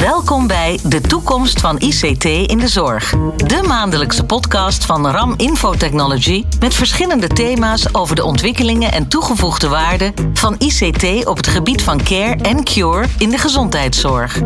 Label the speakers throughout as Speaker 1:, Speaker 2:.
Speaker 1: Welkom bij De Toekomst van ICT in de Zorg. De maandelijkse podcast van RAM Info Technology met verschillende thema's over de ontwikkelingen en toegevoegde waarde van ICT op het gebied van care en cure in de gezondheidszorg.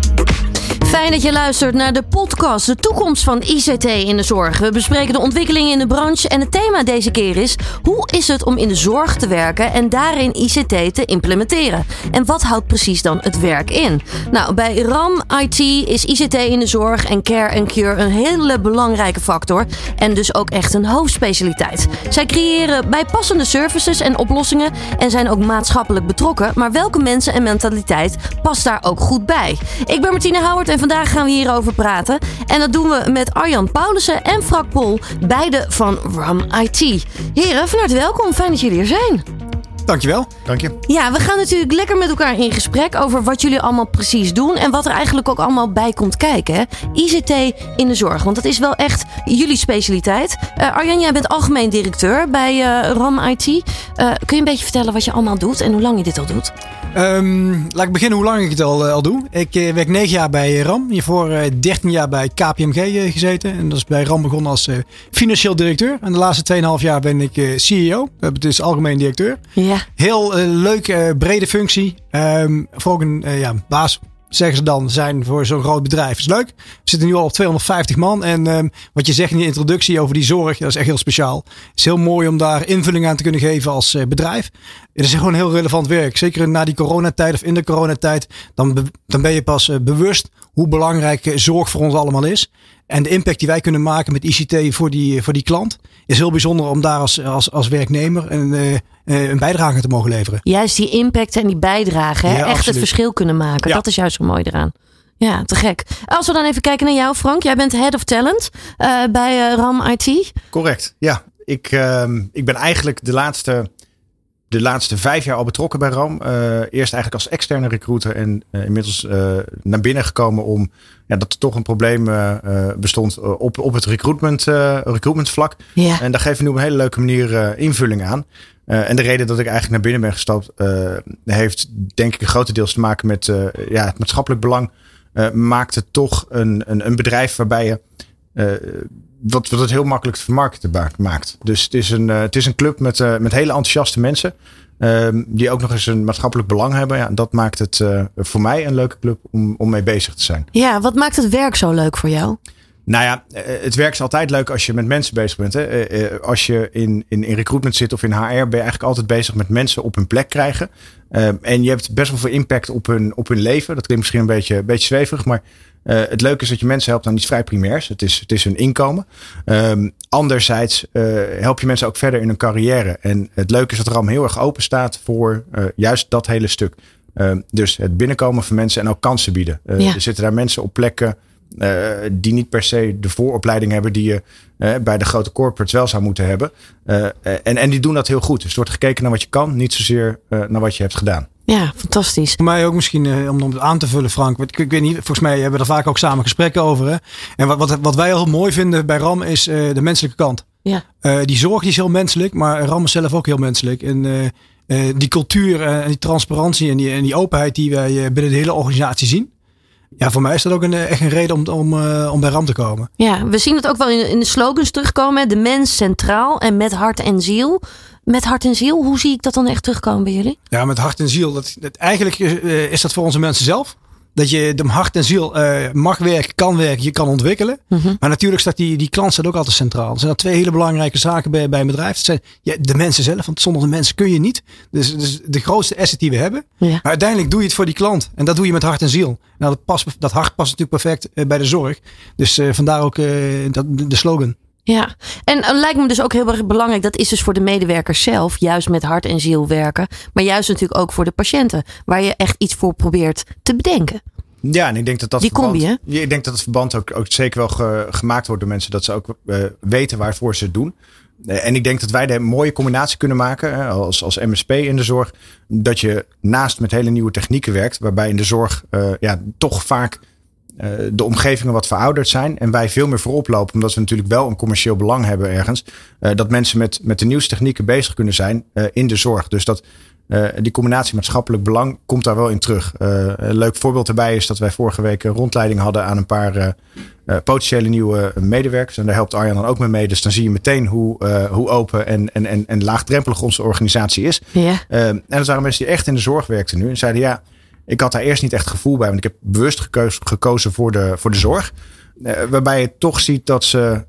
Speaker 2: Fijn dat je luistert naar de podcast De Toekomst van ICT in de Zorg. We bespreken de ontwikkelingen in de branche en het thema deze keer is: hoe is het om in de zorg te werken en daarin ICT te implementeren? En wat houdt precies dan het werk in? Nou, bij RAM IT is ICT in de zorg en care en cure een hele belangrijke factor en dus ook echt een hoofdspecialiteit. Zij creëren bijpassende services en oplossingen en zijn ook maatschappelijk betrokken, maar welke mensen en mentaliteit past daar ook goed bij? Ik ben Martine Houwert en vandaag gaan we hierover praten. En dat doen we met Arjan Paulussen en Frank Pol, beide van RAM IT. Heren, van harte welkom. Fijn dat jullie er zijn.
Speaker 3: Dankjewel. Dank je.
Speaker 2: Ja, we gaan natuurlijk lekker met elkaar in gesprek over wat jullie allemaal precies doen en wat er eigenlijk ook allemaal bij komt kijken. Hè? ICT in de zorg, want dat is wel echt jullie specialiteit. Arjan, jij bent algemeen directeur bij RAM IT. Kun je een beetje vertellen wat je allemaal doet en hoe lang je dit al doet?
Speaker 3: Laat ik beginnen hoe lang ik het al doe. Ik werk 9 jaar bij RAM. Hiervoor 13 jaar bij KPMG gezeten. En dat is bij RAM begonnen als financieel directeur. En de laatste 2,5 jaar ben ik CEO. We hebben dus algemeen directeur.
Speaker 2: Ja. Heel
Speaker 3: leuk, brede functie. Voor ook een baas, zeggen ze dan, zijn voor zo'n groot bedrijf. Is leuk. We zitten nu al op 250 man. En wat je zegt in je introductie over die zorg, dat is echt heel speciaal. Het is heel mooi om daar invulling aan te kunnen geven als bedrijf. Het is gewoon heel relevant werk. Zeker na die coronatijd of in de coronatijd. Dan ben je pas bewust hoe belangrijk zorg voor ons allemaal is. En de impact die wij kunnen maken met ICT voor die klant is heel bijzonder om daar als werknemer een bijdrage te mogen leveren.
Speaker 2: Juist die impact en die bijdrage. Hè? Ja, echt absoluut. Het verschil kunnen maken. Ja. Dat is juist zo mooi eraan. Ja, te gek. Als we dan even kijken naar jou, Frank. Jij bent Head of Talent bij RAM IT.
Speaker 4: Correct, ja. Ik ben eigenlijk de laatste 5 jaar al betrokken bij RAM. Eerst eigenlijk als externe recruiter en inmiddels naar binnen gekomen om dat er toch een probleem bestond op het recruitment vlak. Ja. En daar geven we nu op een hele leuke manier invulling aan. En de reden dat ik eigenlijk naar binnen ben gestapt heeft denk ik grotendeels te maken met het maatschappelijk belang. Maakt het toch een bedrijf waarbij je wat het heel makkelijk te vermarkten maakt. Dus het is een club met hele enthousiaste mensen. Die ook nog eens een maatschappelijk belang hebben. Ja, dat maakt het voor mij een leuke club om mee bezig te zijn.
Speaker 2: Ja, wat maakt het werk zo leuk voor jou?
Speaker 4: Nou ja, het werk is altijd leuk als je met mensen bezig bent. Hè. Als je in recruitment zit of in HR ben je eigenlijk altijd bezig met mensen op hun plek krijgen. En je hebt best wel veel impact op hun leven. Dat klinkt misschien een beetje zweverig, maar het leuke is dat je mensen helpt aan iets vrij primairs. Het is hun inkomen. Anderzijds help je mensen ook verder in hun carrière. En het leuke is dat RAM heel erg open staat voor juist dat hele stuk. Dus het binnenkomen van mensen en ook kansen bieden. Er zitten daar mensen op plekken die niet per se de vooropleiding hebben die je bij de grote corporates wel zou moeten hebben. En die doen dat heel goed. Dus er wordt gekeken naar wat je kan, niet zozeer naar wat je hebt gedaan.
Speaker 2: Ja, fantastisch.
Speaker 3: Voor mij ook misschien om het aan te vullen, Frank. Ik weet niet, volgens mij hebben we er vaak ook samen gesprekken over. Hè? En wat wij heel mooi vinden bij RAM is de menselijke kant. Ja. Die zorg die is heel menselijk, maar RAM is zelf ook heel menselijk. En die cultuur en die transparantie en die openheid die wij binnen de hele organisatie zien. Ja, voor mij is dat ook echt een reden om bij RAM te komen. Ja, we zien het ook wel in de slogans terugkomen. De mens centraal en met hart en ziel. Met hart en ziel, hoe zie ik dat dan echt terugkomen bij jullie? Ja, met hart en ziel. Eigenlijk is dat voor onze mensen zelf. Dat je de hart en ziel mag werken, kan werken, je kan ontwikkelen. Mm-hmm. Maar natuurlijk staat die klant staat ook altijd centraal. Er zijn 2 hele belangrijke zaken bij een bedrijf. Dat zijn de mensen zelf, want zonder de mensen kun je niet. Dus de grootste asset die we hebben. Ja. Maar uiteindelijk doe je het voor die klant. En dat doe je met hart en ziel. Nou, dat hart past natuurlijk perfect bij de zorg. Dus vandaar ook de slogan.
Speaker 2: Ja, en lijkt me dus ook heel erg belangrijk. Dat is dus voor de medewerkers zelf, juist met hart en ziel werken. Maar juist natuurlijk ook voor de patiënten, waar je echt iets voor probeert te bedenken.
Speaker 4: Ja, en ik denk dat
Speaker 2: die combi, hè?
Speaker 4: Ik denk dat het verband ook zeker wel gemaakt wordt door mensen. Dat ze ook weten waarvoor ze het doen. En ik denk dat wij de mooie combinatie kunnen maken als MSP in de zorg. Dat je naast met hele nieuwe technieken werkt. Waarbij in de zorg toch vaak de omgevingen wat verouderd zijn. En wij veel meer voorop lopen. Omdat we natuurlijk wel een commercieel belang hebben ergens. Dat mensen met de nieuwste technieken bezig kunnen zijn in de zorg. Dus dat Die combinatie maatschappelijk belang komt daar wel in terug. Een leuk voorbeeld daarbij is dat wij vorige week een rondleiding hadden aan een paar potentiële nieuwe medewerkers. En daar helpt Arjan dan ook mee. Dus dan zie je meteen hoe open en laagdrempelig onze organisatie is.
Speaker 2: Ja.
Speaker 4: En dat waren mensen die echt in de zorg werkten nu. En zeiden ik had daar eerst niet echt gevoel bij. Want ik heb bewust gekozen voor de zorg. Waarbij je toch ziet dat ze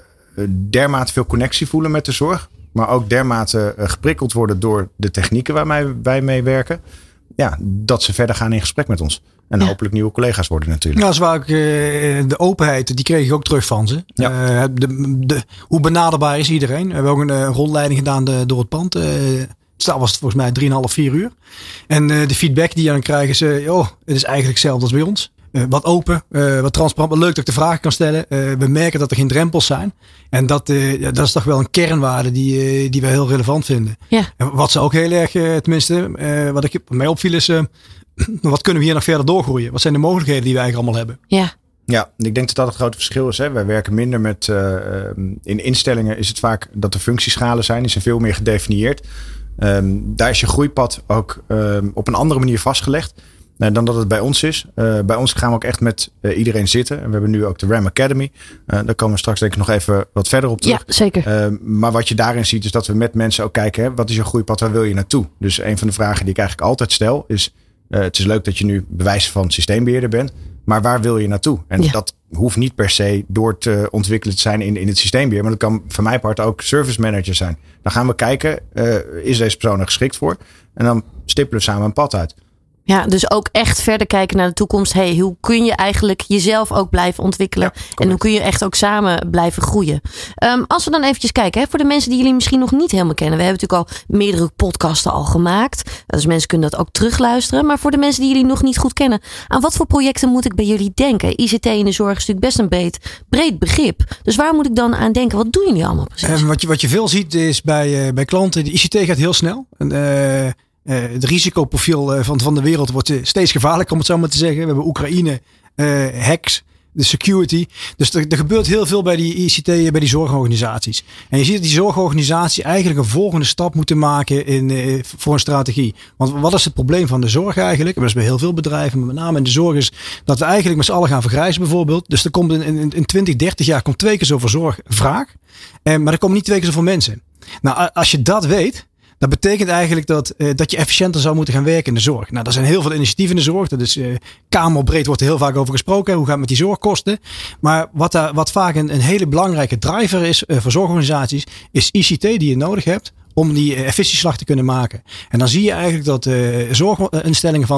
Speaker 4: dermate veel connectie voelen met de zorg. Maar ook dermate geprikkeld worden door de technieken waar wij mee werken. Ja, dat ze verder gaan in gesprek met ons. En hopelijk nieuwe collega's worden natuurlijk.
Speaker 3: Nou, dat is waar de openheid, die kreeg ik ook terug van ze. Ja. Hoe benaderbaar is iedereen? We hebben ook een rondleiding gedaan door het pand. Dat was het volgens mij 3,5, 4 uur. En de feedback die je dan krijgt is, het is eigenlijk hetzelfde als bij ons. Wat open, wat transparant, wat leuk dat ik de vragen kan stellen. We merken dat er geen drempels zijn. En dat is toch wel een kernwaarde die we heel relevant vinden. Ja. En wat ze ook heel erg, tenminste, wat mij opviel is, wat kunnen we hier nog verder doorgroeien? Wat zijn de mogelijkheden die we eigenlijk allemaal hebben?
Speaker 2: Ja.
Speaker 4: Ja, ik denk dat het grote verschil is. Hè. Wij werken minder met, in instellingen is het vaak dat de functieschalen zijn. Die zijn veel meer gedefinieerd. Daar is je groeipad ook op een andere manier vastgelegd. Dan dat het bij ons is. Bij ons gaan we ook echt met iedereen zitten. En we hebben nu ook de RAM Academy. Daar komen we straks denk ik nog even wat verder op terug.
Speaker 2: Ja, zeker.
Speaker 4: Maar wat je daarin ziet is dat we met mensen ook kijken. Wat is je groeipad? Waar wil je naartoe? Dus een van de vragen die ik eigenlijk altijd stel is. Het is leuk dat je nu bewijs van systeembeheerder bent. Maar waar wil je naartoe? En dat hoeft niet per se door te ontwikkelen te zijn in het systeembeheer. Maar dat kan van mijn part ook service manager zijn. Dan gaan we kijken. Is deze persoon er geschikt voor? En dan stippelen we samen een pad uit.
Speaker 2: Ja, dus ook echt verder kijken naar de toekomst. Hoe kun je eigenlijk jezelf ook blijven ontwikkelen? Ja, en hoe kun je echt ook samen blijven groeien? Als we dan eventjes kijken, voor de mensen die jullie misschien nog niet helemaal kennen. We hebben natuurlijk al meerdere podcasten al gemaakt. Dus mensen kunnen dat ook terugluisteren. Maar voor de mensen die jullie nog niet goed kennen. Aan wat voor projecten moet ik bij jullie denken? ICT in de zorg is natuurlijk best een breed begrip. Dus waar moet ik dan aan denken? Wat doen jullie allemaal precies?
Speaker 3: Wat je veel ziet is bij klanten. De ICT gaat heel snel. Het risicoprofiel van de wereld wordt steeds gevaarlijker, om het zo maar te zeggen. We hebben Oekraïne, hacks, de security. Dus er gebeurt heel veel bij die ICT, bij die zorgorganisaties. En je ziet dat die zorgorganisaties eigenlijk een volgende stap moeten maken voor een strategie. Want wat is het probleem van de zorg eigenlijk? Dat is bij heel veel bedrijven, maar met name in de zorg is dat we eigenlijk met z'n allen gaan vergrijzen bijvoorbeeld. Dus er komt in 20, 30 jaar komt 2 keer zoveel zorgvraag. Maar er komen niet 2 keer zoveel mensen. Nou, als je dat weet. Dat betekent eigenlijk dat je efficiënter zou moeten gaan werken in de zorg. Nou, er zijn heel veel initiatieven in de zorg. Dat is kamerbreed wordt er heel vaak over gesproken. Hoe gaat het met die zorgkosten? Maar wat vaak een hele belangrijke driver is voor zorgorganisaties, is ICT die je nodig hebt om die efficiëntieslag te kunnen maken. En dan zie je eigenlijk dat zorginstellingen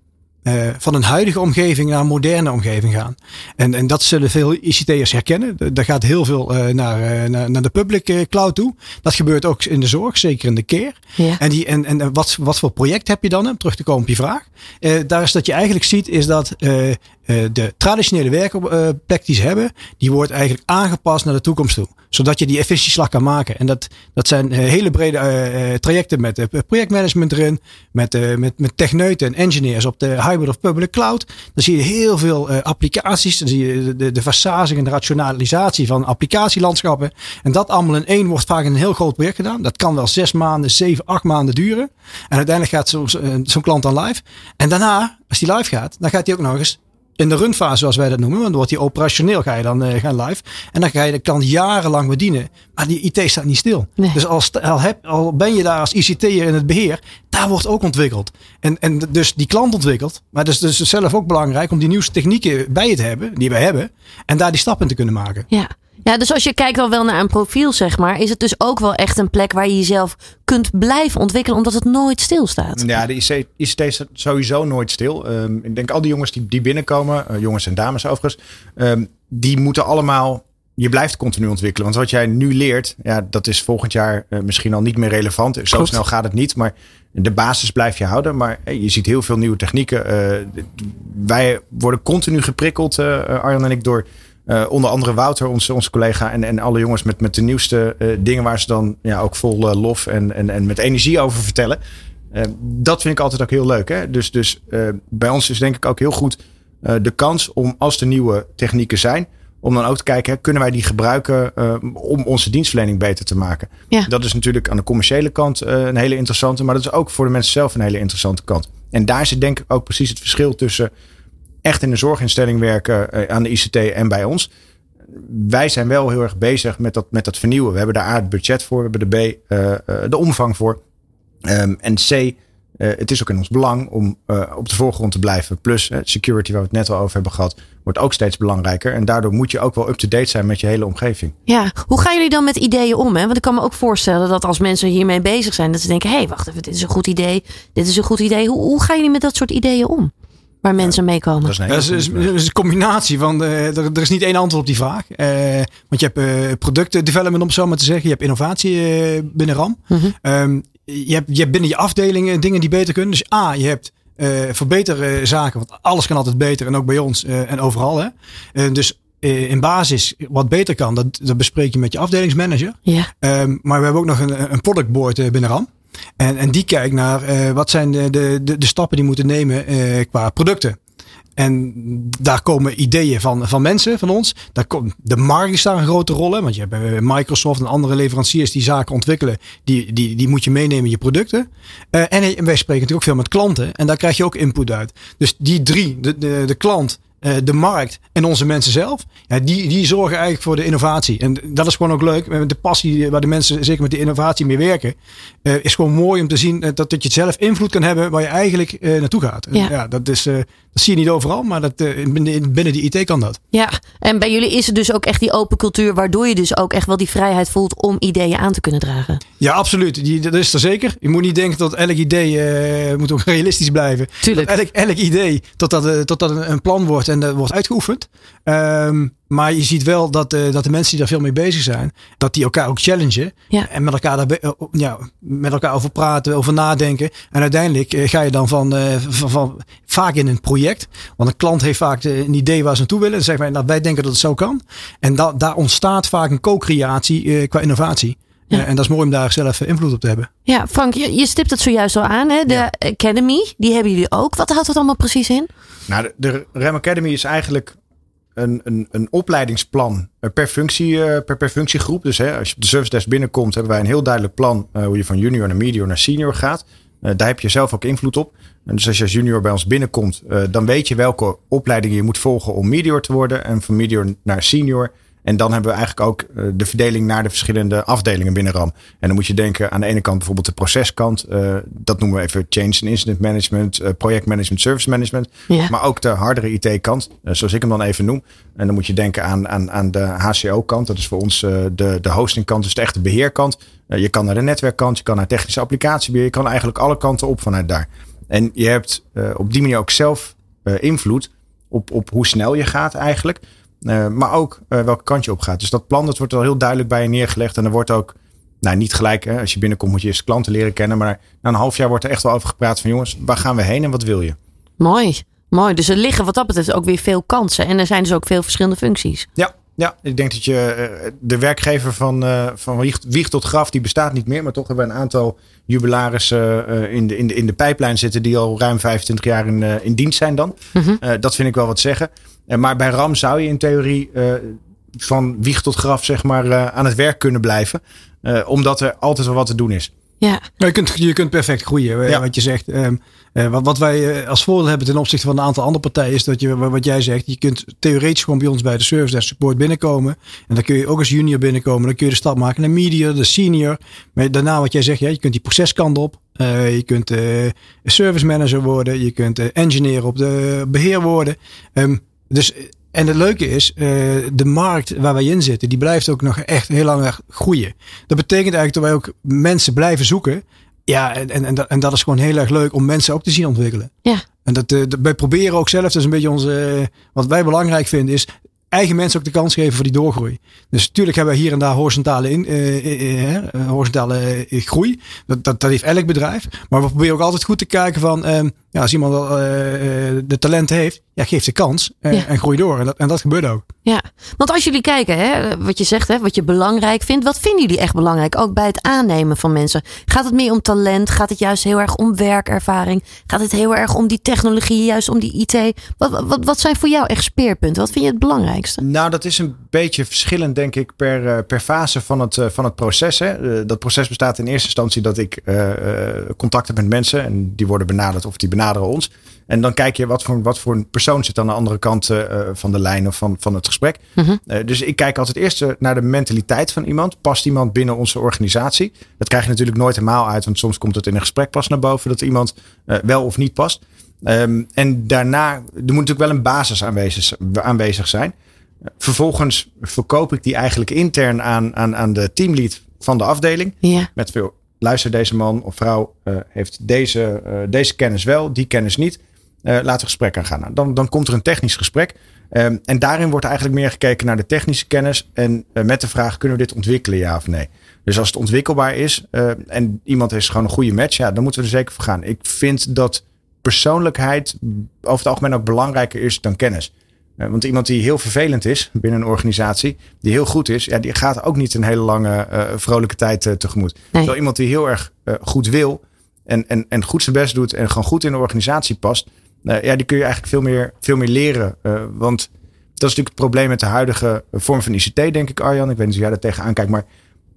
Speaker 3: van een huidige omgeving naar een moderne omgeving gaan. En dat zullen veel ICT'ers herkennen. Daar gaat heel veel naar de public cloud toe. Dat gebeurt ook in de zorg, zeker in de care. Ja. En wat voor project heb je dan? Om terug te komen op je vraag. Daar is dat je eigenlijk ziet is dat de traditionele werkplek die ze hebben, die wordt eigenlijk aangepast naar de toekomst toe. Zodat je die efficiëntieslag kan maken. En dat zijn hele brede trajecten met projectmanagement erin. Met techneuten en engineers op de hybrid of public cloud. Dan zie je heel veel applicaties. Dan zie je de versazing en de rationalisatie van applicatielandschappen. En dat allemaal in één wordt vaak in een heel groot project gedaan. Dat kan wel 6 maanden, 7, 8 maanden duren. En uiteindelijk gaat zo'n klant dan live. En daarna, als die live gaat, dan gaat hij ook nog eens in de runfase, zoals wij dat noemen. Want dan wordt die operationeel, ga je dan gaan live. En dan ga je de klant jarenlang bedienen. Maar die IT staat niet stil. Nee. Dus al ben je daar als ICT'er in het beheer, daar wordt ook ontwikkeld. En dus die klant ontwikkelt. Maar het is dus zelf ook belangrijk om die nieuwste technieken bij je te hebben, die wij hebben. En daar die stap in te kunnen maken.
Speaker 2: Ja, dus als je kijkt al wel naar een profiel, zeg maar, is het dus ook wel echt een plek waar je jezelf kunt blijven ontwikkelen, omdat het nooit stilstaat. Ja,
Speaker 4: de ICT staat sowieso nooit stil. Ik denk al die jongens die binnenkomen, jongens en dames overigens, die moeten allemaal, je blijft continu ontwikkelen. Want wat jij nu leert, dat is volgend jaar misschien al niet meer relevant. Zo snel gaat het niet, maar de basis blijf je houden. Maar je ziet heel veel nieuwe technieken. Wij worden continu geprikkeld, Arjan en ik, door onder andere Wouter, onze collega, en alle jongens met de nieuwste dingen waar ze dan ook vol lof en met energie over vertellen. Dat vind ik altijd ook heel leuk. Hè? Dus bij ons is denk ik ook heel goed de kans om, als er nieuwe technieken zijn, Om dan ook te kijken, kunnen wij die gebruiken om onze dienstverlening beter te maken. Ja. Dat is natuurlijk aan de commerciële kant een hele interessante. Maar dat is ook voor de mensen zelf een hele interessante kant. En daar zit denk ik ook precies het verschil tussen echt in de zorginstelling werken aan de ICT en bij ons. Wij zijn wel heel erg bezig met dat vernieuwen. We hebben daar A, het budget voor. We hebben de B, de omvang voor. En C, het is ook in ons belang om op de voorgrond te blijven. Plus security, waar we het net al over hebben gehad, wordt ook steeds belangrijker. En daardoor moet je ook wel up-to-date zijn met je hele omgeving.
Speaker 2: Ja, hoe gaan jullie dan met ideeën om? Hè? Want ik kan me ook voorstellen dat als mensen hiermee bezig zijn, dat ze denken, hé, wacht even, dit is een goed idee. Dit is een goed idee. Hoe gaan jullie met dat soort ideeën om? Waar mensen meekomen.
Speaker 3: Dat is een combinatie van. Er is niet één antwoord op die vraag. Want je hebt productdevelopment, om het zo maar te zeggen. Je hebt innovatie binnen RAM. Mm-hmm. Je hebt binnen je afdelingen dingen die beter kunnen. Dus je hebt verbeteren zaken. Want alles kan altijd beter. En ook bij ons en overal. Hè. Dus in basis wat beter kan. Dat bespreek je met je afdelingsmanager. Ja. Maar we hebben ook nog een productboard binnen RAM. En die kijkt naar wat zijn de stappen die moeten nemen qua producten. En daar komen ideeën van mensen, van ons. De markt is daar een grote rol in. Want je hebt Microsoft en andere leveranciers die zaken ontwikkelen. Die moet je meenemen in je producten. En wij spreken natuurlijk ook veel met klanten. En daar krijg je ook input uit. Dus die drie, de klant, de markt en onze mensen zelf. Ja, die zorgen eigenlijk voor de innovatie. En dat is gewoon ook leuk. De passie waar de mensen zeker met de innovatie mee werken. Is gewoon mooi om te zien dat je zelf invloed kan hebben waar je eigenlijk naartoe gaat. Ja. Ja, dat zie je niet overal. Maar binnen de IT kan dat.
Speaker 2: Ja, en bij jullie is het dus ook echt die open cultuur. Waardoor je dus ook echt wel die vrijheid voelt om ideeën aan te kunnen dragen.
Speaker 3: Ja, absoluut. Dat is er zeker. Je moet niet denken dat elk idee moet ook realistisch blijven. Tuurlijk. Elk idee tot dat een plan wordt en dat wordt uitgeoefend. Maar je ziet wel dat de mensen die daar veel mee bezig zijn, dat die elkaar ook challengen. Ja. En met elkaar over praten, over nadenken. En uiteindelijk ga je dan van vaak in een project. Want een klant heeft vaak een idee waar ze naartoe willen. Dan zeggen wij denken dat het zo kan. En daar ontstaat vaak een co-creatie qua innovatie. Ja. En dat is mooi om daar zelf invloed op te hebben. Ja,
Speaker 2: Frank, je stipt het zojuist al aan. Hè? De Academy, die hebben jullie ook. Wat houdt het allemaal precies in?
Speaker 4: Nou, de RAM Academy is eigenlijk een opleidingsplan per functiegroep. Dus als je op de service desk binnenkomt, hebben wij een heel duidelijk plan hoe je van junior naar medior naar senior gaat. Daar heb je zelf ook invloed op. En dus als je als junior bij ons binnenkomt, dan weet je welke opleidingen je moet volgen om medior te worden. En van medior naar senior. En dan hebben we eigenlijk ook de verdeling naar de verschillende afdelingen binnen RAM. En dan moet je denken aan de ene kant bijvoorbeeld de proceskant. Dat noemen we even change and incident management, projectmanagement, service management. Ja. Maar ook de hardere IT-kant, zoals ik hem dan even noem. En dan moet je denken aan de HCO-kant. Dat is voor ons de hostingkant, dus de echte beheerkant. Je kan naar de netwerkkant, je kan naar technische applicatiebeheer. Je kan eigenlijk alle kanten op vanuit daar. En je hebt op die manier ook zelf invloed op hoe snel je gaat eigenlijk. Maar ook welke kant je op gaat. Dus dat plan dat wordt al heel duidelijk bij je neergelegd. En er wordt ook, niet gelijk. Hè, als je binnenkomt moet je eerst klanten leren kennen. Maar na een half jaar wordt er echt wel over gepraat van jongens, waar gaan we heen en wat wil je?
Speaker 2: Mooi. Dus er liggen wat dat betreft ook weer veel kansen. En er zijn dus ook veel verschillende functies.
Speaker 4: Ja, ik denk dat de werkgever van wieg tot graf, die bestaat niet meer. Maar toch hebben we een aantal jubilarissen in de pijplijn zitten die al ruim 25 jaar in dienst zijn dan. Mm-hmm. Dat vind ik wel wat zeggen. Maar bij RAM zou je in theorie van wieg tot graf zeg maar aan het werk kunnen blijven. Omdat er altijd wel wat te doen is.
Speaker 2: Ja.
Speaker 3: Je kunt perfect groeien, wat je zegt. Wat wij als voordeel hebben ten opzichte van een aantal andere partijen is dat je, wat jij zegt, je kunt theoretisch gewoon bij ons bij de service desk support binnenkomen. En dan kun je ook als junior binnenkomen. Dan kun je de stap maken naar medior, de senior. Maar daarna wat jij zegt, je kunt die proceskant op. Je kunt service manager worden. Je kunt engineer op de beheer worden. En het leuke is, de markt waar wij in zitten, die blijft ook nog echt heel lang groeien. Dat betekent eigenlijk dat wij ook mensen blijven zoeken. Ja, en dat is gewoon heel erg leuk om mensen ook te zien ontwikkelen. Ja. En wij proberen ook zelf, dat is een beetje wat wij belangrijk vinden, is eigen mensen ook de kans geven voor die doorgroei. Dus natuurlijk hebben we hier en daar horizontale groei. Dat heeft elk bedrijf. Maar we proberen ook altijd goed te kijken van als iemand de talent heeft, geef de kans en groei door. En dat gebeurt ook.
Speaker 2: Ja, want als jullie kijken, hè, wat je zegt, hè, wat je belangrijk vindt. Wat vinden jullie echt belangrijk? Ook bij het aannemen van mensen. Gaat het meer om talent? Gaat het juist heel erg om werkervaring? Gaat het heel erg om die technologie, juist om die IT? Wat zijn voor jou echt speerpunten? Wat vind je het belangrijkste?
Speaker 4: Nou, dat is een beetje verschillend, denk ik, per fase van het proces. Hè. Dat proces bestaat in eerste instantie dat ik contact heb met mensen. En die worden benaderd of die benaderen ons. En dan kijk je wat voor een persoon zit aan de andere kant van de lijn of van het gesprek. Mm-hmm. Dus ik kijk altijd eerst naar de mentaliteit van iemand. Past iemand binnen onze organisatie? Dat krijg je natuurlijk nooit helemaal uit. Want soms komt het in een gesprek pas naar boven dat iemand wel of niet past. En daarna, er moet natuurlijk wel een basis aanwezig zijn. Vervolgens verkoop ik die eigenlijk intern aan de teamlead van de afdeling. Ja. Met veel, luister, deze man of vrouw heeft deze kennis wel, die kennis niet. Laten we gesprek aangaan. Dan komt er een technisch gesprek. En daarin wordt eigenlijk meer gekeken naar de technische kennis. En met de vraag, kunnen we dit ontwikkelen, ja of nee? Dus als het ontwikkelbaar is en iemand is gewoon een goede match, dan moeten we er zeker voor gaan. Ik vind dat persoonlijkheid over het algemeen ook belangrijker is dan kennis. Want iemand die heel vervelend is binnen een organisatie, die heel goed is, die gaat ook niet een hele lange vrolijke tijd tegemoet. Nee. Terwijl iemand die heel erg goed wil en goed zijn best doet en gewoon goed in de organisatie past, die kun je eigenlijk veel meer leren. Want dat is natuurlijk het probleem met de huidige vorm van ICT, denk ik, Arjan. Ik weet niet hoe jij daar tegenaan kijkt, maar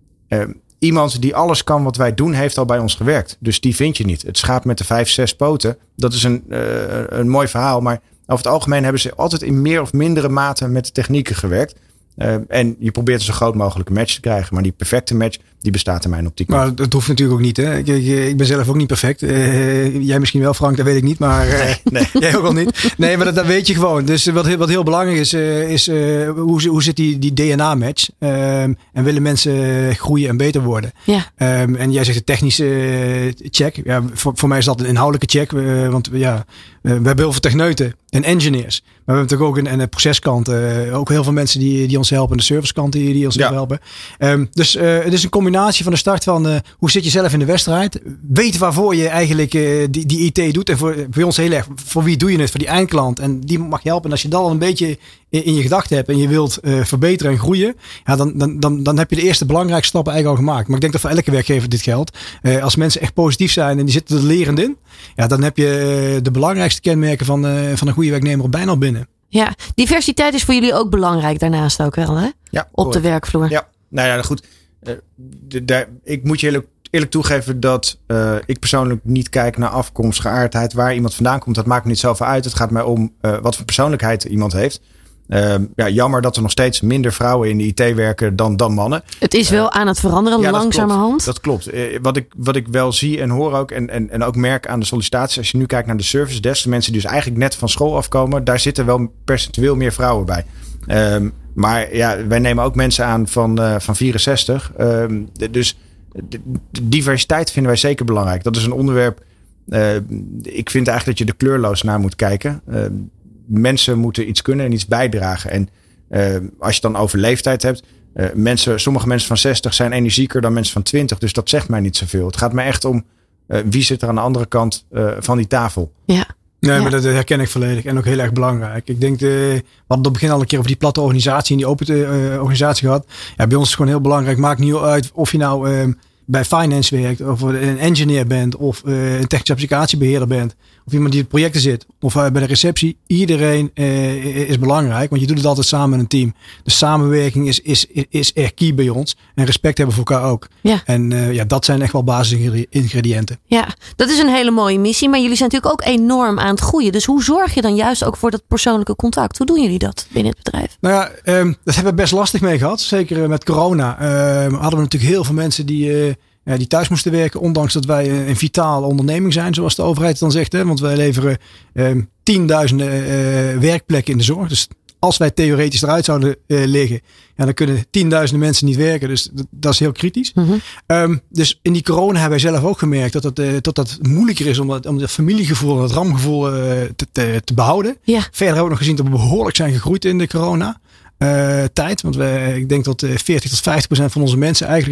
Speaker 4: iemand die alles kan wat wij doen, heeft al bij ons gewerkt. Dus die vind je niet. Het schaap met de 5, 6 poten, dat is een mooi verhaal, maar over het algemeen hebben ze altijd in meer of mindere mate met de technieken gewerkt. En je probeert zo groot mogelijke match te krijgen. Maar die perfecte match, die bestaat in mijn optiek.
Speaker 3: Maar dat hoeft natuurlijk ook niet. Hè? Ik ben zelf ook niet perfect. Jij misschien wel, Frank, dat weet ik niet. Maar nee. Jij ook al niet. Nee, maar dat weet je gewoon. Dus wat heel belangrijk is hoe zit die DNA-match? En willen mensen groeien en beter worden? Ja. En jij zegt de technische check. Ja, voor mij is dat een inhoudelijke check. Want we hebben heel veel techneuten en engineers. Maar we hebben natuurlijk ook een proceskant. Ook heel veel mensen die ons helpen. En de servicekant die ons helpen. Dus het is een combinatie van de start van hoe zit je zelf in de wedstrijd. Weet waarvoor je eigenlijk die IT doet. En voor ons heel erg, voor wie doe je het? Voor die eindklant. En die mag je helpen. En als je dat al een beetje in je gedachten hebt. En je wilt verbeteren en groeien. Ja, dan heb je de eerste belangrijkste stappen eigenlijk al gemaakt. Maar ik denk dat voor elke werkgever dit geldt. Als mensen echt positief zijn en die zitten er lerend in. Ja, dan heb je de belangrijkste kenmerken van een goede werknemer bijna al binnen. Ja, diversiteit is voor jullie ook belangrijk daarnaast ook wel, hè? Ja, op de werkvloer.
Speaker 4: Ja, nou ja, goed. Ik moet je eerlijk toegeven dat ik persoonlijk niet kijk naar afkomst, geaardheid, waar iemand vandaan komt. Dat maakt me niet zoveel uit. Het gaat mij om wat voor persoonlijkheid iemand heeft. Jammer dat er nog steeds minder vrouwen in de IT werken dan mannen.
Speaker 2: Het is wel aan het veranderen, langzamerhand.
Speaker 4: Dat klopt. Wat ik wel zie en hoor ook en ook merk aan de sollicitaties. Als je nu kijkt naar de service desk, de mensen die dus eigenlijk net van school afkomen, daar zitten wel percentueel meer vrouwen bij. Maar wij nemen ook mensen aan van 64. Dus de diversiteit vinden wij zeker belangrijk. Dat is een onderwerp. Ik vind eigenlijk dat je er kleurloos naar moet kijken. Mensen moeten iets kunnen en iets bijdragen. En als je het dan over leeftijd hebt. Sommige mensen van 60 zijn energieker dan mensen van 20. Dus dat zegt mij niet zoveel. Het gaat mij echt om wie zit er aan de andere kant van die tafel.
Speaker 3: Ja. Nee, maar dat herken ik volledig. En ook heel erg belangrijk. Ik denk, we hadden op het begin al een keer over die platte organisatie en die open organisatie gehad. Ja, bij ons is het gewoon heel belangrijk. Maakt niet uit of je nou bij finance werkt, of een engineer bent, of een technische applicatiebeheerder bent, of iemand die in projecten zit, of bij de receptie. Iedereen is belangrijk, want je doet het altijd samen met een team. De samenwerking is echt key bij ons. En respect hebben voor elkaar ook. Ja. En dat zijn echt wel basisingrediënten. Ja, dat is een hele mooie missie, maar jullie zijn natuurlijk ook enorm aan het groeien. Dus hoe zorg je dan juist ook voor dat persoonlijke contact? Hoe doen jullie dat binnen het bedrijf? Nou ja, dat hebben we best lastig mee gehad. Zeker met corona hadden we natuurlijk heel veel mensen die thuis moesten werken, ondanks dat wij een vitale onderneming zijn, zoals de overheid dan zegt. Hè? Want wij leveren tienduizenden werkplekken in de zorg. Dus als wij theoretisch eruit zouden liggen, dan kunnen tienduizenden mensen niet werken. Dus dat is heel kritisch. Mm-hmm. Dus in die corona hebben wij zelf ook gemerkt dat dat moeilijker is om dat familiegevoel en dat ramgevoel te behouden. Ja. Verder hebben we nog gezien dat we behoorlijk zijn gegroeid in de corona tijd. Want ik denk dat 40-50% van onze mensen eigenlijk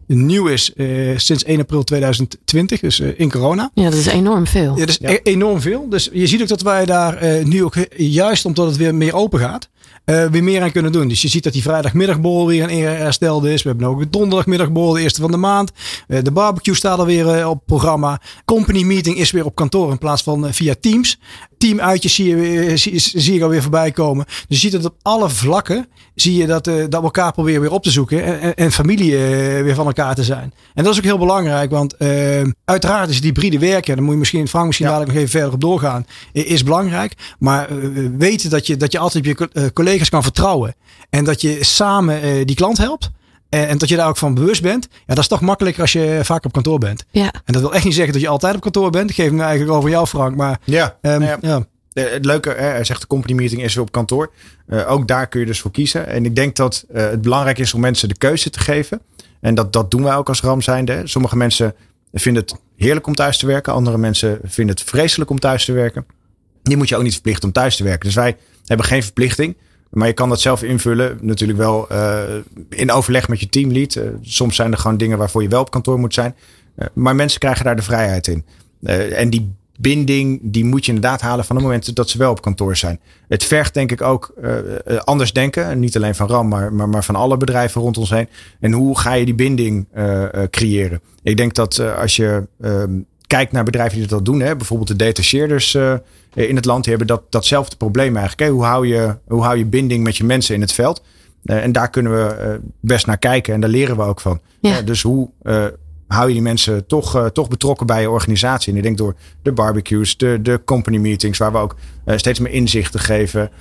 Speaker 3: nieuw is sinds 1 april 2020, dus in corona.
Speaker 2: Ja, dat is enorm veel.
Speaker 3: Ja, dat is enorm veel. Dus je ziet ook dat wij daar nu ook, juist omdat het weer meer open gaat, weer meer aan kunnen doen. Dus je ziet dat die vrijdagmiddagborrel weer hersteld is. We hebben ook een donderdagmiddagborrel, de eerste van de maand. De barbecue staat alweer op programma. Company meeting is weer op kantoor in plaats van via Teams. Teamuitjes zie ik alweer voorbij komen. Dus je ziet dat op alle vlakken zie je dat we elkaar proberen weer op te zoeken. En familie weer van elkaar te zijn. En dat is ook heel belangrijk. Want uiteraard is het hybride werken. Daar moet je Frank dadelijk nog even verder op doorgaan. Is belangrijk. Maar weten dat je altijd op je collega's kan vertrouwen. En dat je samen die klant helpt. En dat je daar ook van bewust bent. Ja, dat is toch makkelijker als je vaak op kantoor bent.
Speaker 2: Ja.
Speaker 3: En dat wil echt niet zeggen dat je altijd op kantoor bent. Ik geef me eigenlijk over jou, Frank. Maar
Speaker 4: ja. Het leuke, hij zegt de company meeting is weer op kantoor. Ook daar kun je dus voor kiezen. En ik denk dat het belangrijk is om mensen de keuze te geven. En dat doen wij ook als RAM zijnde. Sommige mensen vinden het heerlijk om thuis te werken. Andere mensen vinden het vreselijk om thuis te werken. Die moet je ook niet verplichten om thuis te werken. Dus wij hebben geen verplichting. Maar je kan dat zelf invullen. Natuurlijk wel in overleg met je teamlead. Soms zijn er gewoon dingen waarvoor je wel op kantoor moet zijn. Maar mensen krijgen daar de vrijheid in. En die binding, die moet je inderdaad halen van het moment dat ze wel op kantoor zijn. Het vergt denk ik ook anders denken. Niet alleen van RAM, maar van alle bedrijven rond ons heen. En hoe ga je die binding creëren? Ik denk dat als je kijkt naar bedrijven die dat doen. Bijvoorbeeld de detacheerders in het land. Die hebben datzelfde probleem eigenlijk. Hoe hou je binding met je mensen in het veld? En daar kunnen we best naar kijken. En daar leren we ook van.
Speaker 2: Ja.
Speaker 4: Dus hoe hou je die mensen toch betrokken bij je organisatie? En ik denk door de barbecues, de company meetings, waar we ook steeds meer inzichten geven.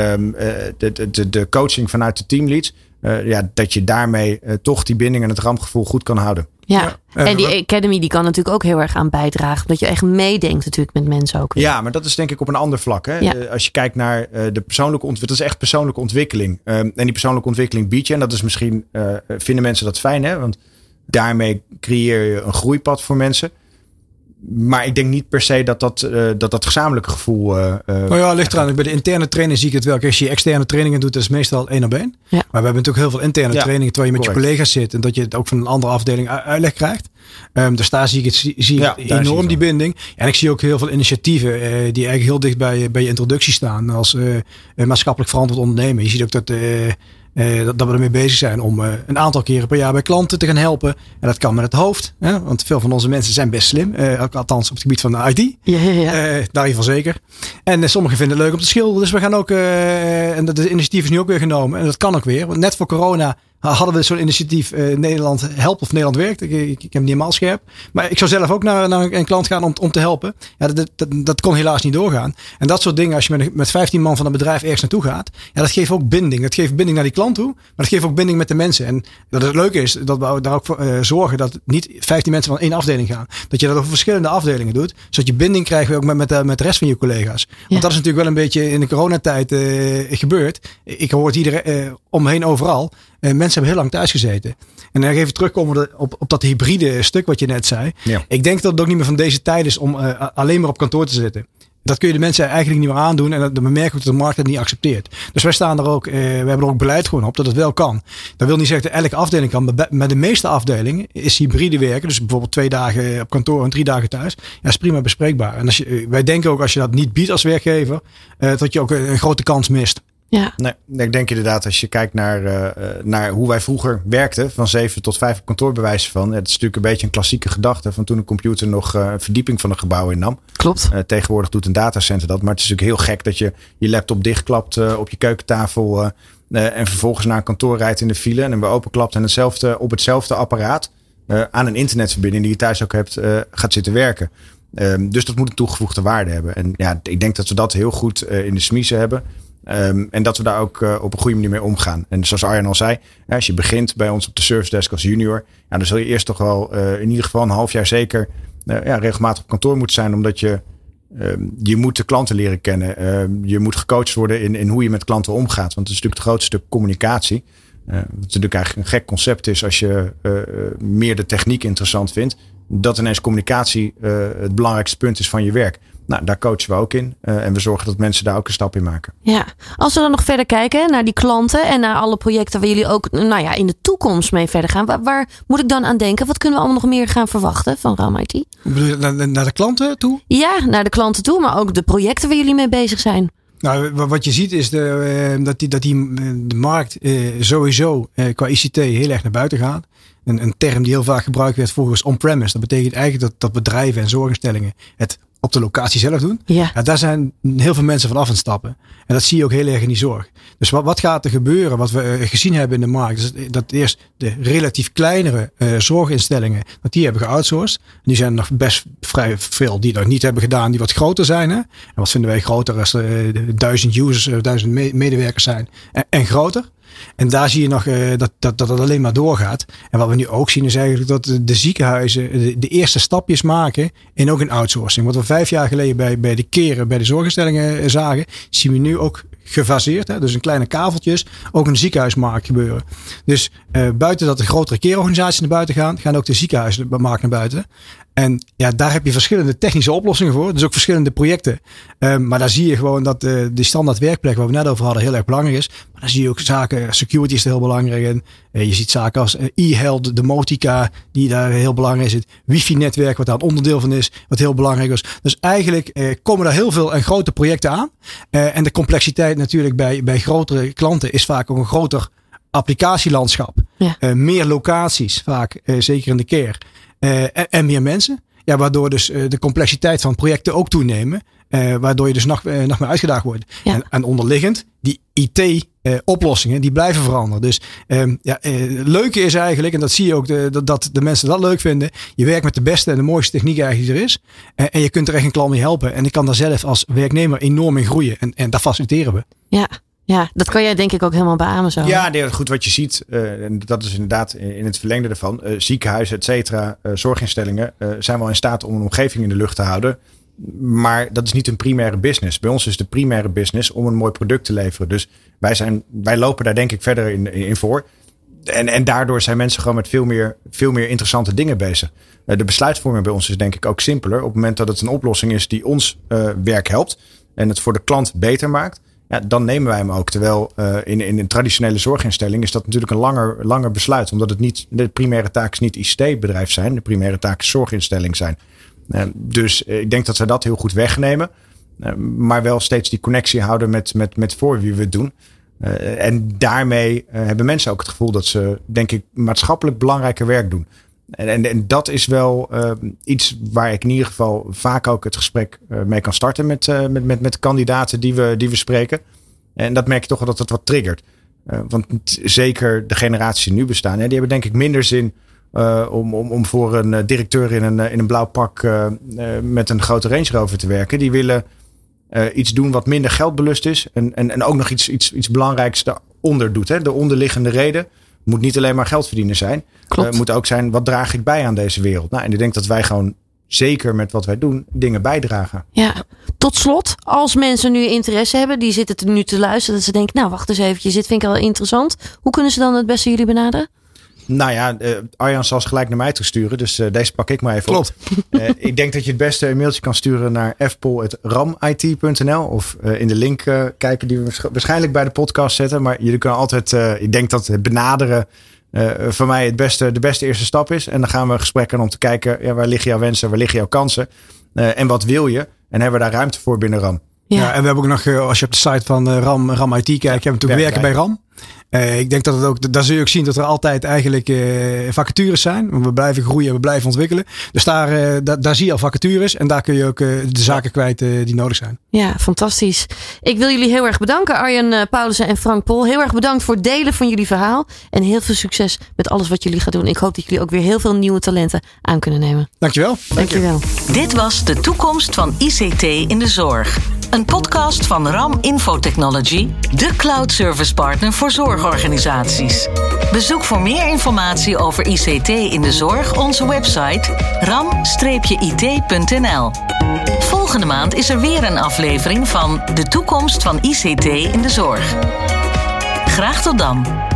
Speaker 4: De coaching vanuit de teamleads. Dat je daarmee toch die binding en het ramgevoel goed kan houden.
Speaker 2: Ja. En die Academy die kan natuurlijk ook heel erg aan bijdragen. Omdat je echt meedenkt natuurlijk met mensen ook weer.
Speaker 4: Ja, maar dat is denk ik op een ander vlak. Hè?
Speaker 2: Ja.
Speaker 4: Als je kijkt naar de persoonlijke ontwikkeling. Dat is echt persoonlijke ontwikkeling. En die persoonlijke ontwikkeling bied je. En dat is misschien, vinden mensen dat fijn. Hè? Want daarmee creëer je een groeipad voor mensen. Maar ik denk niet per se dat gezamenlijke gevoel.
Speaker 3: Ligt eraan. Bij de interne training zie ik het wel. Als je externe trainingen doet, dat is meestal 1 op 1. Ja. Maar we hebben natuurlijk heel veel interne trainingen terwijl je met je collega's zit en dat je het ook van een andere afdeling uitleg krijgt. Dus daar zie ik enorm die binding. En ik zie ook heel veel initiatieven die eigenlijk heel dicht bij je introductie staan als maatschappelijk verantwoord ondernemen. Je ziet ook dat we ermee bezig zijn om een aantal keren per jaar bij klanten te gaan helpen. En dat kan met het hoofd. Hè? Want veel van onze mensen zijn best slim. Althans op het gebied van de IT. Daarvan zeker. En sommigen vinden het leuk om te schilderen. Dus we gaan ook, en dat initiatief is nu ook weer genomen. En dat kan ook weer. Want net voor corona hadden we zo'n initiatief Nederland helpt of Nederland werkt. Ik heb het niet helemaal scherp. Maar ik zou zelf ook naar een klant gaan om te helpen. Ja, dat kon helaas niet doorgaan. En dat soort dingen, als je met 15 man van een bedrijf ergens naartoe gaat. Ja, dat geeft ook binding. Dat geeft binding naar die klant toe. Maar dat geeft ook binding met de mensen. En dat het leuke is dat we daar ook voor zorgen dat niet 15 mensen van één afdeling gaan. Dat je dat over verschillende afdelingen doet. Zodat je binding krijgt ook met de rest van je collega's. Want dat is natuurlijk wel een beetje in de coronatijd gebeurd. Ik hoor het iedereen omheen overal. Mensen hebben heel lang thuis gezeten. En dan even terugkomen op dat hybride stuk wat je net zei. Ja. Ik denk dat het ook niet meer van deze tijd is om alleen maar op kantoor te zitten. Dat kun je de mensen eigenlijk niet meer aandoen. En dat merken we dat de markt het niet accepteert. Dus wij staan er ook, we hebben er ook beleid gewoon op dat het wel kan. Dat wil niet zeggen dat elke afdeling kan. Maar met de meeste afdelingen is hybride werken. Dus bijvoorbeeld 2 dagen op kantoor en 3 dagen thuis. Ja, is prima bespreekbaar. En wij denken ook als je dat niet biedt als werkgever. Dat je ook een grote kans mist.
Speaker 2: Ja.
Speaker 4: Nee, ik denk inderdaad als je kijkt naar hoe wij vroeger werkten. Van 7 tot 5 op kantoor bij wijze van. Het is natuurlijk een beetje een klassieke gedachte. Van toen een computer nog een verdieping van een gebouw innam.
Speaker 2: Klopt.
Speaker 4: Tegenwoordig doet een datacenter dat. Maar het is natuurlijk heel gek dat je laptop dichtklapt op je keukentafel. En vervolgens naar een kantoor rijdt in de file. En hem weer openklapt en op hetzelfde apparaat. Aan een internetverbinding die je thuis ook hebt gaat zitten werken. Dus dat moet een toegevoegde waarde hebben. En ja, ik denk dat we dat heel goed in de smiezen hebben. En dat we daar ook op een goede manier mee omgaan. En zoals Arjan al zei, als je begint bij ons op de service desk als junior. Ja, dan zul je eerst toch wel in ieder geval een half jaar zeker regelmatig op kantoor moeten zijn. Omdat je moet de klanten leren kennen. Je moet gecoacht worden in hoe je met klanten omgaat. Want het is natuurlijk het grootste stuk communicatie. Wat natuurlijk eigenlijk een gek concept is als je meer de techniek interessant vindt. Dat ineens communicatie het belangrijkste punt is van je werk. Nou, daar coachen we ook in. En we zorgen dat mensen daar ook een stap in maken.
Speaker 2: Ja, als we dan nog verder kijken naar die klanten en naar alle projecten waar jullie ook in de toekomst mee verder gaan. Waar moet ik dan aan denken? Wat kunnen we allemaal nog meer gaan verwachten van RAM IT?
Speaker 3: Bedoel je naar de klanten toe?
Speaker 2: Ja, naar de klanten toe, maar ook de projecten waar jullie mee bezig zijn.
Speaker 3: Nou, wat je ziet is dat de markt sowieso qua ICT heel erg naar buiten gaat. Een term die heel vaak gebruikt werd vroeger is on-premise. Dat betekent eigenlijk dat bedrijven en zorginstellingen het op de locatie zelf doen. Ja. Ja, daar zijn heel veel mensen van af aan het stappen. En dat zie je ook heel erg in die zorg. Dus wat gaat er gebeuren? Wat we gezien hebben in de markt. Is dat eerst de relatief kleinere zorginstellingen. Dat die hebben geoutsourced. En die zijn nog best vrij veel die dat niet hebben gedaan. Die wat groter zijn. Hè? En wat vinden wij groter als 1000 users, 1000 medewerkers zijn. En groter. En daar zie je nog dat het alleen maar doorgaat. En wat we nu ook zien is eigenlijk dat de ziekenhuizen de eerste stapjes maken in ook in outsourcing. Wat we 5 jaar geleden bij de keren, bij de zorginstellingen zagen, zien we nu ook gefaseerd. Hè? Dus in kleine kaveltjes ook in de ziekenhuismarkt gebeuren. Dus buiten dat de grotere keerorganisaties naar buiten gaan ook de ziekenhuismarkt naar buiten. En ja, daar heb je verschillende technische oplossingen voor. Dus ook verschillende projecten. Maar daar zie je gewoon dat de standaard werkplek waar we net over hadden heel erg belangrijk is. Maar dan zie je ook zaken, security is er heel belangrijk in. Je ziet zaken als e-health, domotica die daar heel belangrijk is. Het wifi-netwerk wat daar een onderdeel van is, wat heel belangrijk is. Dus eigenlijk komen er heel veel en grote projecten aan. En de complexiteit natuurlijk bij grotere klanten is vaak ook een groter applicatielandschap. Ja. Meer locaties vaak, zeker in de care. En meer mensen. Ja, waardoor dus de complexiteit van projecten ook toenemen. Waardoor je dus nog meer uitgedaagd wordt. Ja. En onderliggend, die IT-oplossingen, die blijven veranderen. Dus leuke is eigenlijk, en dat zie je ook dat de mensen dat leuk vinden. Je werkt met de beste en de mooiste techniek eigenlijk die er is. En je kunt er echt een klant mee helpen. En ik kan daar zelf als werknemer enorm in groeien. En dat faciliteren we.
Speaker 2: Ja, dat kan jij denk ik ook helemaal beamen zo.
Speaker 4: Ja, goed wat je ziet. En dat is inderdaad in het verlengde ervan. Ziekenhuizen, et cetera, zorginstellingen zijn wel in staat om een omgeving in de lucht te houden. Maar dat is niet een primaire business. Bij ons is de primaire business om een mooi product te leveren. Dus wij lopen daar denk ik verder in voor. En daardoor zijn mensen gewoon met veel meer interessante dingen bezig. De besluitvorming bij ons is denk ik ook simpeler. Op het moment dat het een oplossing is die ons werk helpt. En het voor de klant beter maakt. Ja, dan nemen wij hem ook. Terwijl in een traditionele zorginstelling is dat natuurlijk een langer besluit. Omdat de primaire taak is niet ICT-bedrijf zijn. De primaire taak is zorginstelling zijn. Dus ik denk dat we dat heel goed wegnemen. Maar wel steeds die connectie houden met voor wie we het doen. En daarmee hebben mensen ook het gevoel dat ze, denk ik, maatschappelijk belangrijker werk doen. En dat is wel iets waar ik in ieder geval vaak ook het gesprek mee kan starten met de kandidaten die we spreken. En dat merk je toch wel dat het wat triggert. Want zeker de generaties die nu bestaan, die hebben denk ik minder zin om voor een directeur in een blauw pak met een grote Range Rover te werken. Die willen iets doen wat minder geldbelust is. En ook nog iets belangrijks daaronder doet. Hè? De onderliggende reden moet niet alleen maar geld verdienen zijn. Moet ook zijn, wat draag ik bij aan deze wereld? Nou, en ik denk dat wij gewoon zeker met wat wij doen dingen bijdragen.
Speaker 2: Ja, tot slot, als mensen nu interesse hebben, die zitten nu te luisteren, dat ze denken, nou wacht eens eventjes, dit vind ik wel interessant. Hoe kunnen ze dan het beste jullie benaderen?
Speaker 4: Nou ja, Arjan zal ze gelijk naar mij toe sturen. Dus deze pak ik maar even op. Ik denk dat je het beste een mailtje kan sturen naar fpol@ramit.nl. Of in de link kijken die we waarschijnlijk bij de podcast zetten. Maar jullie kunnen altijd, ik denk dat het benaderen voor mij de beste eerste stap is. En dan gaan we gesprekken om te kijken, waar liggen jouw wensen, waar liggen jouw kansen? En wat wil je? En hebben we daar ruimte voor binnen RAM?
Speaker 3: Ja, en we hebben ook nog, als je op de site van RAM IT kijkt, hebben we natuurlijk werken bij RAM. Ik denk dat het ook, daar zul je ook zien dat er altijd eigenlijk vacatures zijn. We blijven groeien, we blijven ontwikkelen. Dus daar zie je al vacatures en daar kun je ook de zaken kwijt die nodig zijn.
Speaker 2: Ja, fantastisch. Ik wil jullie heel erg bedanken, Arjan Paulussen en Frank Pol. Heel erg bedankt voor het delen van jullie verhaal. En heel veel succes met alles wat jullie gaan doen. Ik hoop dat jullie ook weer heel veel nieuwe talenten aan kunnen nemen.
Speaker 3: Dankjewel.
Speaker 2: Dankjewel.
Speaker 1: Dit was de toekomst van ICT in de zorg. Een podcast van RAM Infotechnology, de cloud service partner voor zorgorganisaties. Bezoek voor meer informatie over ICT in de zorg onze website ram-it.nl. Volgende maand is er weer een aflevering van de toekomst van ICT in de zorg. Graag tot dan.